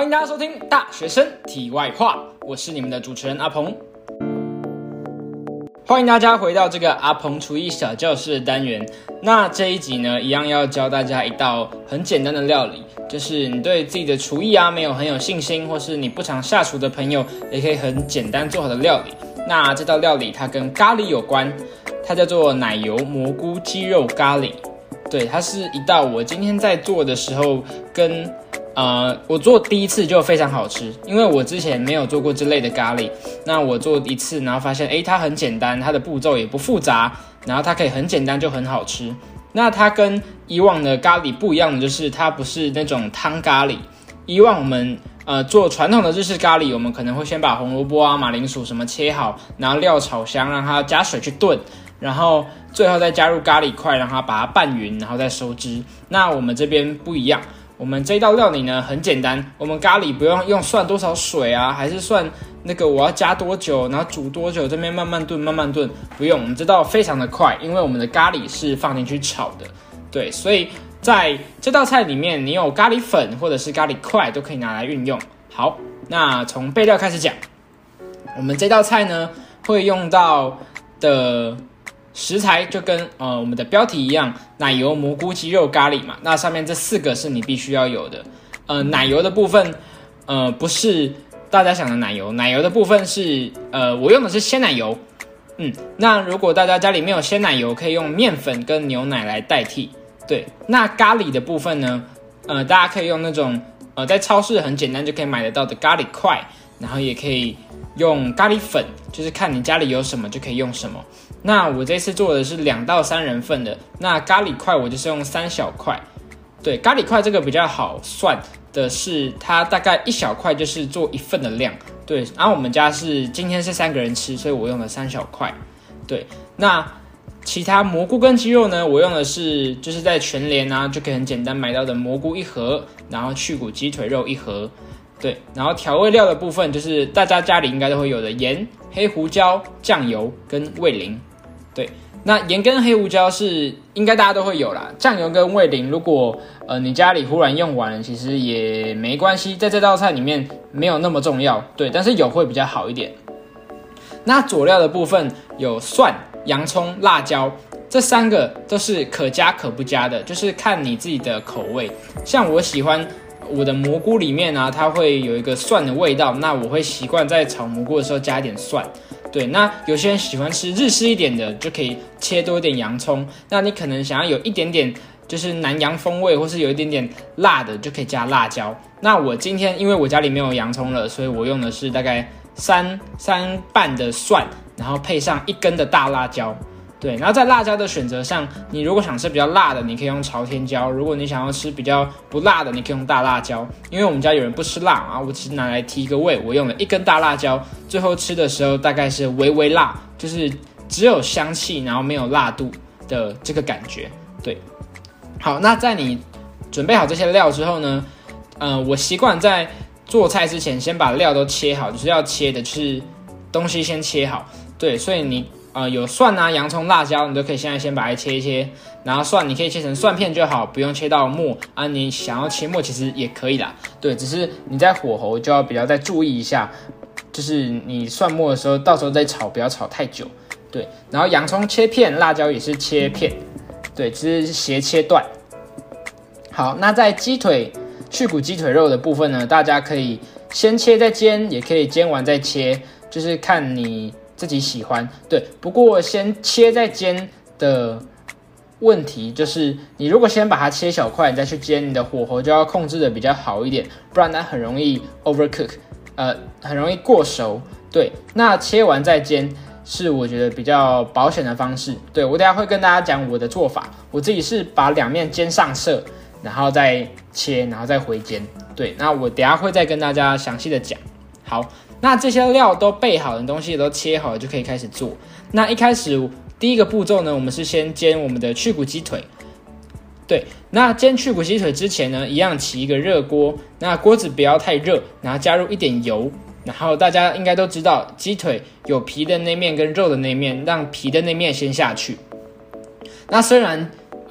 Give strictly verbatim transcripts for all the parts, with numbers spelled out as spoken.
欢迎大家收听大学生题外话，我是你们的主持人阿鹏。欢迎大家回到这个阿鹏厨艺小教室的单元。那这一集呢，一样要教大家一道很简单的料理，就是你对自己的厨艺啊没有很有信心，或是你不常下厨的朋友，也可以很简单做好的料理。那这道料理它跟咖喱有关，它叫做奶油蘑菇鸡肉咖喱。对，它是一道我今天在做的时候跟呃，我做第一次就非常好吃，因为我之前没有做过这类的咖喱。那我做一次，然后发现，诶，它很简单，它的步骤也不复杂，然后它可以很简单就很好吃。那它跟以往的咖喱不一样的就是，它不是那种汤咖喱。以往我们呃做传统的日式咖喱，我们可能会先把红萝卜啊、马铃薯什么切好，然后料炒香，让它加水去炖，然后最后再加入咖喱块，让它把它拌匀，然后再收汁。那我们这边不一样。我们这道料理呢很简单，我们咖喱不用用算多少水啊，还是算那个我要加多久，然后煮多久，这边慢慢炖慢慢炖，不用，我们这道非常的快，因为我们的咖喱是放进去炒的，对，所以在这道菜里面，你有咖喱粉或者是咖喱块都可以拿来运用。好，那从备料开始讲，我们这道菜呢会用到的食材就跟呃我们的标题一样，奶油蘑菇鸡肉咖喱嘛。那上面这四个是你必须要有的。呃，奶油的部分，呃不是大家想的奶油，奶油的部分是呃我用的是鲜奶油。嗯，那如果大家家里没有鲜奶油，可以用面粉跟牛奶来代替。对，那咖喱的部分呢，呃大家可以用那种呃在超市很简单就可以买得到的咖喱块，然后也可以用咖喱粉，就是看你家里有什么就可以用什么。那我这次做的是两到三人份的，那咖喱块我就是用三小块。对，咖喱块这个比较好算的是，它大概一小块就是做一份的量。对，然后我们家是今天是三个人吃，所以我用了三小块。对，那其他蘑菇跟鸡肉呢，我用的是就是在全联啊就可以很简单买到的蘑菇一盒，然后去骨鸡腿肉一盒。对，然后调味料的部分就是大家家里应该都会有的盐、黑胡椒、酱油跟味淋。对，那盐跟黑胡椒是应该大家都会有啦，酱油跟味淋如果呃你家里忽然用完了，其实也没关系，在这道菜里面没有那么重要，对，但是有会比较好一点。那佐料的部分有蒜、洋葱、辣椒，这三个都是可加可不加的，就是看你自己的口味。像我喜欢我的蘑菇里面啊，它会有一个蒜的味道，那我会习惯在炒蘑菇的时候加一点蒜。对，那有些人喜欢吃日式一点的，就可以切多一点洋葱。那你可能想要有一点点就是南洋风味，或是有一点点辣的，就可以加辣椒。那我今天因为我家里没有洋葱了，所以我用的是大概三三瓣的蒜，然后配上一根的大辣椒。对，然后在辣椒的选择上，你如果想吃比较辣的，你可以用朝天椒；如果你想要吃比较不辣的，你可以用大辣椒。因为我们家有人不吃辣啊，我只是拿来提个味，我用了一根大辣椒，最后吃的时候大概是微微辣，就是只有香气，然后没有辣度的这个感觉。对，好，那在你准备好这些料之后呢，呃，我习惯在做菜之前先把料都切好，就是要切的就是东西先切好。对，所以你呃，有蒜啊、洋葱、辣椒，你都可以现在先把它切一切。然后蒜你可以切成蒜片就好，不用切到末啊。你想要切末其实也可以啦，对，只是你在火候就要比较再注意一下，就是你蒜末的时候，到时候再炒不要炒太久。对，然后洋葱切片，辣椒也是切片，对，只是斜切断。好，那在鸡腿去骨鸡腿肉的部分呢，大家可以先切再煎，也可以煎完再切，就是看你自己喜欢。对，不过先切再煎的问题就是，你如果先把它切小块，你再去煎，你的火候就要控制的比较好一点，不然它很容易 overcook， 呃，很容易过熟。对，那切完再煎是我觉得比较保险的方式。对，我等一下会跟大家讲我的做法，我自己是把两面煎上色，然后再切，然后再回煎。对，那我等一下会再跟大家详细的讲。好，那这些料都备好的东西都切好了，就可以开始做。那一开始第一个步骤呢，我们是先煎我们的去骨鸡腿。对，那煎去骨鸡腿之前呢，一样起一个热锅，那锅子不要太热，然后加入一点油，然后大家应该都知道，鸡腿有皮的那面跟肉的那面，让皮的那面先下去。那虽然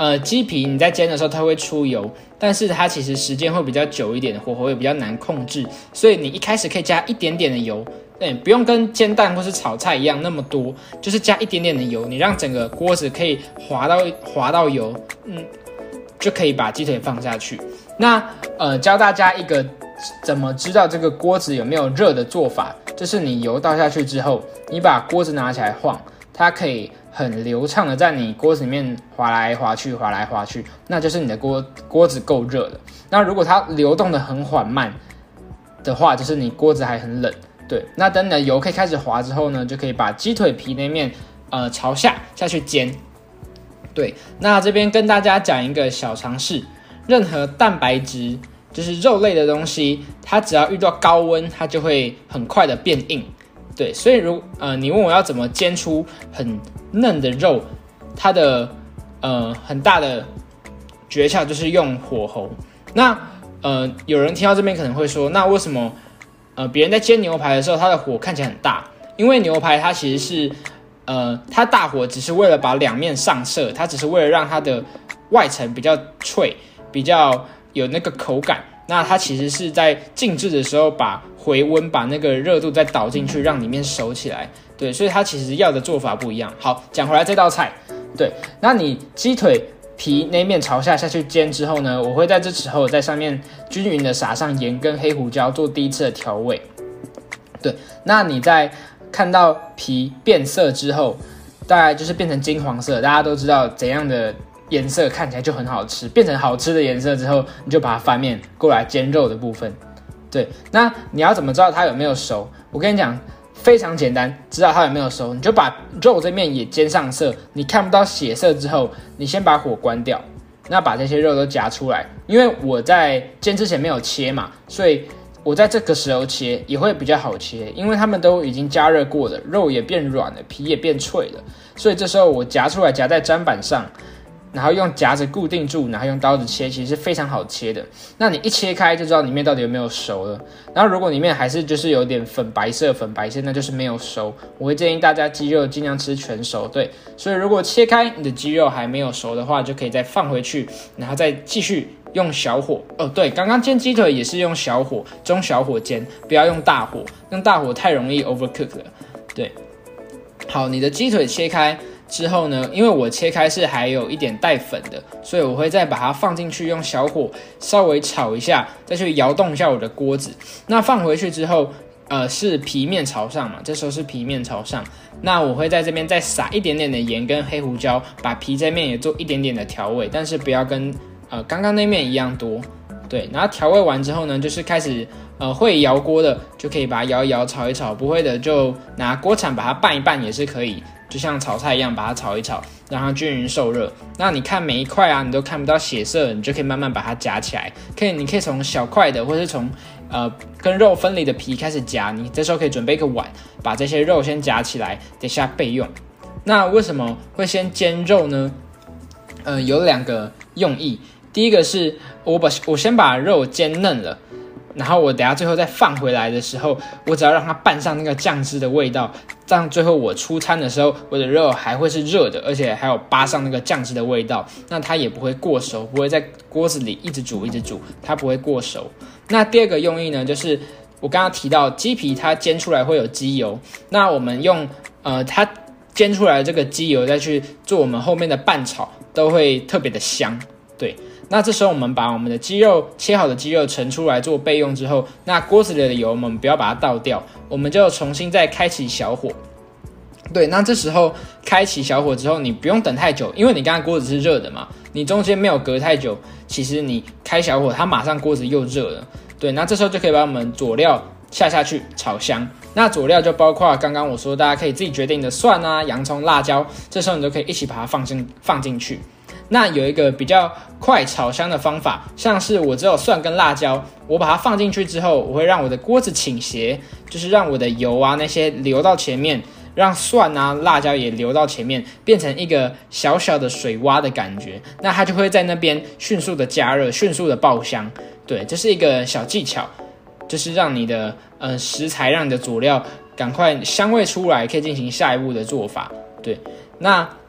呃鸡皮你在煎的时候它会出油，但是它其实时间会比较久一点，火候也比较难控制，所以你一开始可以加一点点的油，对，不用跟煎蛋或是炒菜一样那么多，就是加一点点的油，你让整个锅子可以滑到滑到油，嗯，就可以把鸡腿放下去。那呃教大家一个怎么知道这个锅子有没有热的做法，就是你油倒下去之后，你把锅子拿起来晃，它可以很流畅的在你锅子里面滑来滑去滑来滑去，那就是你的锅锅子够热了。那如果它流动的很缓慢的话，就是你锅子还很冷。对，那等你的油可以开始滑之后呢，就可以把鸡腿皮那面呃朝下下去煎。对，那这边跟大家讲一个小常识，任何蛋白质就是肉类的东西，它只要遇到高温，它就会很快的变硬。对，所以如呃你问我要怎么煎出很嫩的肉，它的呃很大的诀窍就是用火候。那呃有人听到这边可能会说，那为什么呃别人在煎牛排的时候，它的火看起来很大？因为牛排它其实是呃它大火只是为了把两面上色，它只是为了让它的外层比较脆，比较有那个口感。那它其实是在静置的时候把回温，把那个热度再导进去，让里面熟起来。对，所以它其实要的做法不一样。好，讲回来这道菜，对，那你鸡腿皮那面朝下下去煎之后呢，我会在这时候在上面均匀的撒上盐跟黑胡椒，做第一次的调味。对，那你在看到皮变色之后，大概就是变成金黄色，大家都知道怎样的颜色看起来就很好吃，变成好吃的颜色之后，你就把它翻面过来煎肉的部分。对，那你要怎么知道它有没有熟？我跟你讲，非常简单，知道它有没有熟，你就把肉这面也煎上色，你看不到血色之后，你先把火关掉，那把这些肉都夹出来。因为我在煎之前没有切嘛，所以我在这个时候切也会比较好切，因为它们都已经加热过了，肉也变软了，皮也变脆了，所以这时候我夹出来夹在砧板上，然后用夹子固定住，然后用刀子切，其实是非常好切的。那你一切开就知道里面到底有没有熟了。然后如果里面还是就是有点粉白色粉白色，那就是没有熟。我会建议大家鸡肉尽量吃全熟。对，所以如果切开你的鸡肉还没有熟的话，就可以再放回去，然后再继续用小火。哦，对，刚刚煎鸡腿也是用小火，中小火煎，不要用大火，用大火太容易 overcook 了。对，好，你的鸡腿切开之后呢，因为我切开是还有一点带粉的，所以我会再把它放进去，用小火稍微炒一下，再去摇动一下我的锅子。那放回去之后，呃，是皮面朝上嘛，这时候是皮面朝上。那我会在这边再撒一点点的盐跟黑胡椒，把皮这面也做一点点的调味，但是不要跟呃刚刚那面一样多。对，然后调味完之后呢，就是开始呃会摇锅的就可以把它摇一摇、炒一炒，不会的就拿锅铲把它拌一拌也是可以。就像炒菜一样，把它炒一炒，让它均匀受热。那你看每一块啊，你都看不到血色，你就可以慢慢把它夹起来。可以，你可以从小块的，或是从呃跟肉分离的皮开始夹。你这时候可以准备一个碗，把这些肉先夹起来，等下备用。那为什么会先煎肉呢？呃，有两个用意。第一个是我把我先把肉煎嫩了。然后我等下最后再放回来的时候，我只要让它拌上那个酱汁的味道，这样最后我出餐的时候，我的肉还会是热的，而且还有扒上那个酱汁的味道，那它也不会过熟，不会在锅子里一直煮一直煮，它不会过熟。那第二个用意呢，就是我刚刚提到鸡皮它煎出来会有鸡油，那我们用呃它煎出来的这个鸡油再去做我们后面的拌炒，都会特别的香，对。那这时候我们把我们的鸡肉切好的鸡肉盛出来做备用之后，那锅子里的油我们不要把它倒掉，我们就重新再开启小火。对，那这时候开启小火之后，你不用等太久，因为你刚刚锅子是热的嘛，你中间没有隔太久，其实你开小火，它马上锅子又热了。对，那这时候就可以把我们佐料下下去炒香。那佐料就包括刚刚我说大家可以自己决定的蒜啊、洋葱、辣椒，这时候你就可以一起把它放进放进去。那有一个比较快炒香的方法，像是我只有蒜跟辣椒，我把它放进去之后，我会让我的锅子倾斜，就是让我的油啊那些流到前面，让蒜啊辣椒也流到前面，变成一个小小的水洼的感觉，那它就会在那边迅速的加热，迅速的爆香。对，这是一个小技巧，就是让你的呃食材，让你的佐料赶快香味出来，可以进行下一步的做法。对，那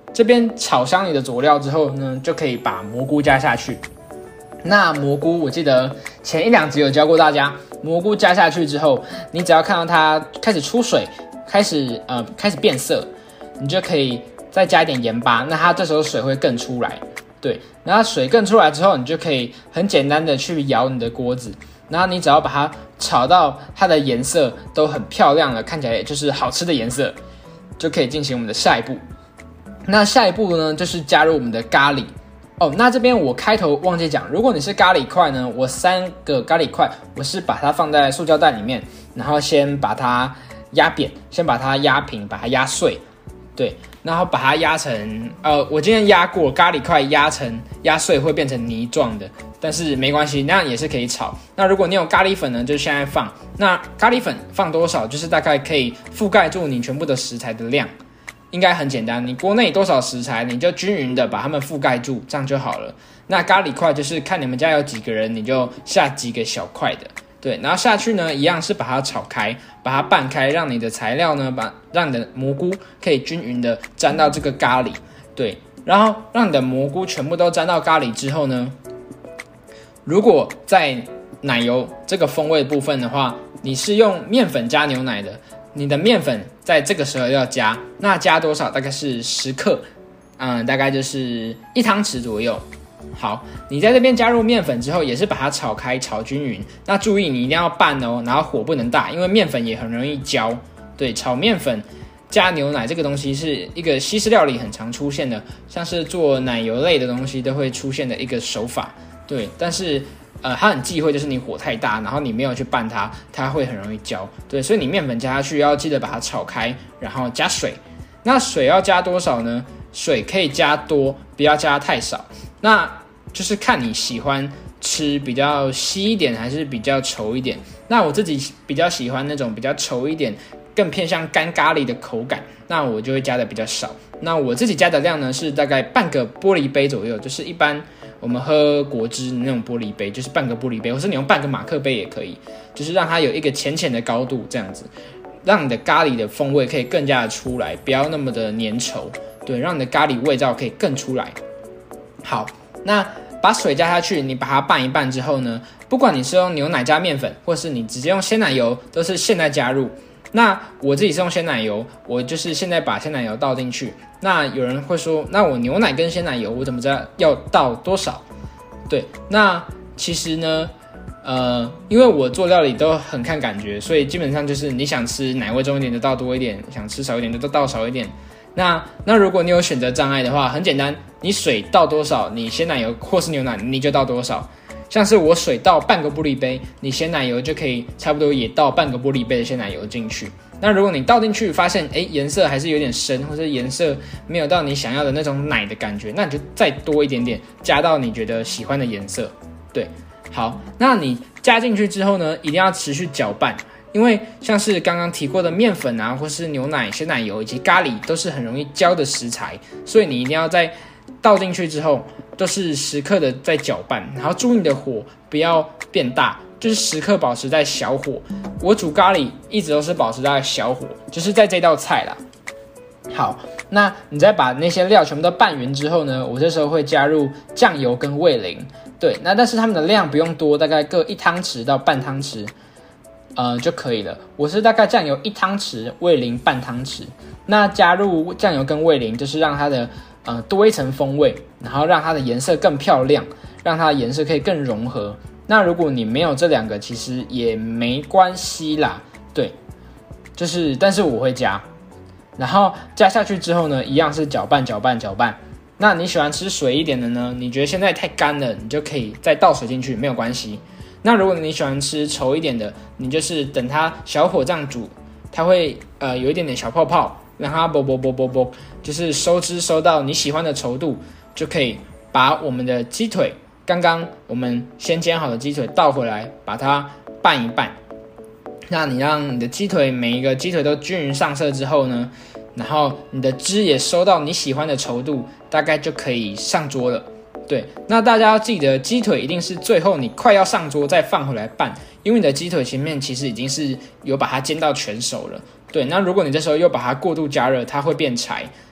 这边炒香你的佐料之后呢，就可以把蘑菇加下去。那蘑菇我记得前一两集有教过大家，蘑菇加下去之后，你只要看到它开始出水，开始呃开始变色，你就可以再加一点盐巴，那它这时候水会更出来。对，然后水更出来之后，你就可以很简单的去摇你的锅子，然后你只要把它炒到它的颜色都很漂亮了，看起来就是好吃的颜色，就可以进行我们的下一步。那下一步呢，就是加入我们的咖喱。哦，那这边我开头忘记讲，如果你是咖喱块呢，我三个咖喱块，我是把它放在塑胶袋里面，然后先把它压扁，先把它压平，把它压碎，对，然后把它压成，呃，我今天压过咖喱块，压成压碎会变成泥状的，但是没关系，那样也是可以炒。那如果你有咖喱粉呢，就现在放。那咖喱粉放多少，就是大概可以覆盖住你全部的食材的量。应该很简单，你锅内多少食材，你就均匀的把它们覆盖住，这样就好了。那咖喱块就是看你们家有几个人，你就下几个小块的，对，然后下去呢，一样是把它炒开，把它拌开，让你的材料呢，把让你的蘑菇可以均匀的沾到这个咖喱，对，然后让你的蘑菇全部都沾到咖喱之后呢，如果在奶油这个风味的部分的话，你是用面粉加牛奶的。你的面粉在这个时候要加，那加多少？大概是十克，嗯，大概就是一汤匙左右。好，你在这边加入面粉之后，也是把它炒开、炒均匀。那注意，你一定要拌哦，然后火不能大，因为面粉也很容易焦。对，炒面粉加牛奶这个东西是一个西式料理很常出现的，像是做奶油类的东西都会出现的一个手法。对，但是。呃，它很忌讳就是你火太大，然后你没有去拌它，它会很容易焦。对，所以你面粉加下去要记得把它炒开，然后加水。那水要加多少呢？水可以加多，不要加太少。那就是看你喜欢吃比较稀一点还是比较稠一点。那我自己比较喜欢那种比较稠一点，更偏向干咖喱的口感，那我就会加的比较少。那我自己加的量呢是大概半个玻璃杯左右，就是一般我们喝果汁那种玻璃杯，就是半个玻璃杯，或是你用半个马克杯也可以，就是让它有一个浅浅的高度，这样子，让你的咖喱的风味可以更加的出来，不要那么的粘稠，对，让你的咖喱味道可以更出来。好，那把水加下去，你把它拌一拌之后呢，不管你是用牛奶加面粉，或是你直接用鲜奶油，都是现在加入。那我自己是用鲜奶油，我就是现在把鲜奶油倒进去。那有人会说，那我牛奶跟鲜奶油我怎么知道要倒多少？对，那其实呢，呃，因为我做料理都很看感觉，所以基本上就是你想吃奶味重一点就倒多一点，想吃少一点就倒少一点。那那如果你有选择障碍的话，很简单，你水倒多少，你鲜奶油或是牛奶你就倒多少。像是我水倒半个玻璃杯，你鲜奶油就可以差不多也倒半个玻璃杯的鲜奶油进去。那如果你倒进去发现，哎，颜色还是有点深，或者颜色没有到你想要的那种奶的感觉，那你就再多一点点，加到你觉得喜欢的颜色。对，好，那你加进去之后呢，一定要持续搅拌，因为像是刚刚提过的面粉啊，或是牛奶、鲜奶油以及咖喱都是很容易焦的食材，所以你一定要在倒进去之后，都是时刻的在搅拌，然后注意你的火不要变大，就是时刻保持在小火。我煮咖喱一直都是保持在小火，就是在这道菜啦。好，那你再把那些料全部都拌匀之后呢，我这时候会加入酱油跟味淋。对，那但是它们的量不用多，大概各一汤匙到半汤匙，呃就可以了。我是大概酱油一汤匙，味淋半汤匙。那加入酱油跟味淋，就是让它的呃多一层风味，然后让它的颜色更漂亮，让它的颜色可以更融合。那如果你没有这两个，其实也没关系啦。对，就是但是我会加，然后加下去之后呢，一样是搅拌搅拌搅拌。那你喜欢吃水一点的呢？你觉得现在太干了，你就可以再倒水进去，没有关系。那如果你喜欢吃稠一点的，你就是等它小火这样煮，它会呃有一点点小泡泡，让它啵啵啵啵啵，就是收汁收到你喜欢的稠度，就可以把我们的鸡腿，刚刚我们先煎好的鸡腿倒回来，把它拌一拌。那你让你的鸡腿每一个鸡腿都均匀上色之后呢，然后你的汁也收到你喜欢的稠度，大概就可以上桌了。对，那大家要记得，鸡腿一定是最后你快要上桌再放回来拌，因为你的鸡腿前面其实已经是有把它煎到全熟了。对，那如果你这时候又把它过度加热，它会变柴，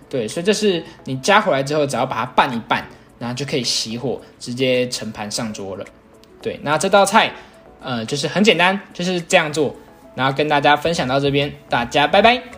对，所以这是你加回来之后，只要把它拌一拌，然后就可以熄火，直接盛盘上桌了。对，那这道菜呃就是很简单，就是这样做，然后跟大家分享到这边，大家拜拜。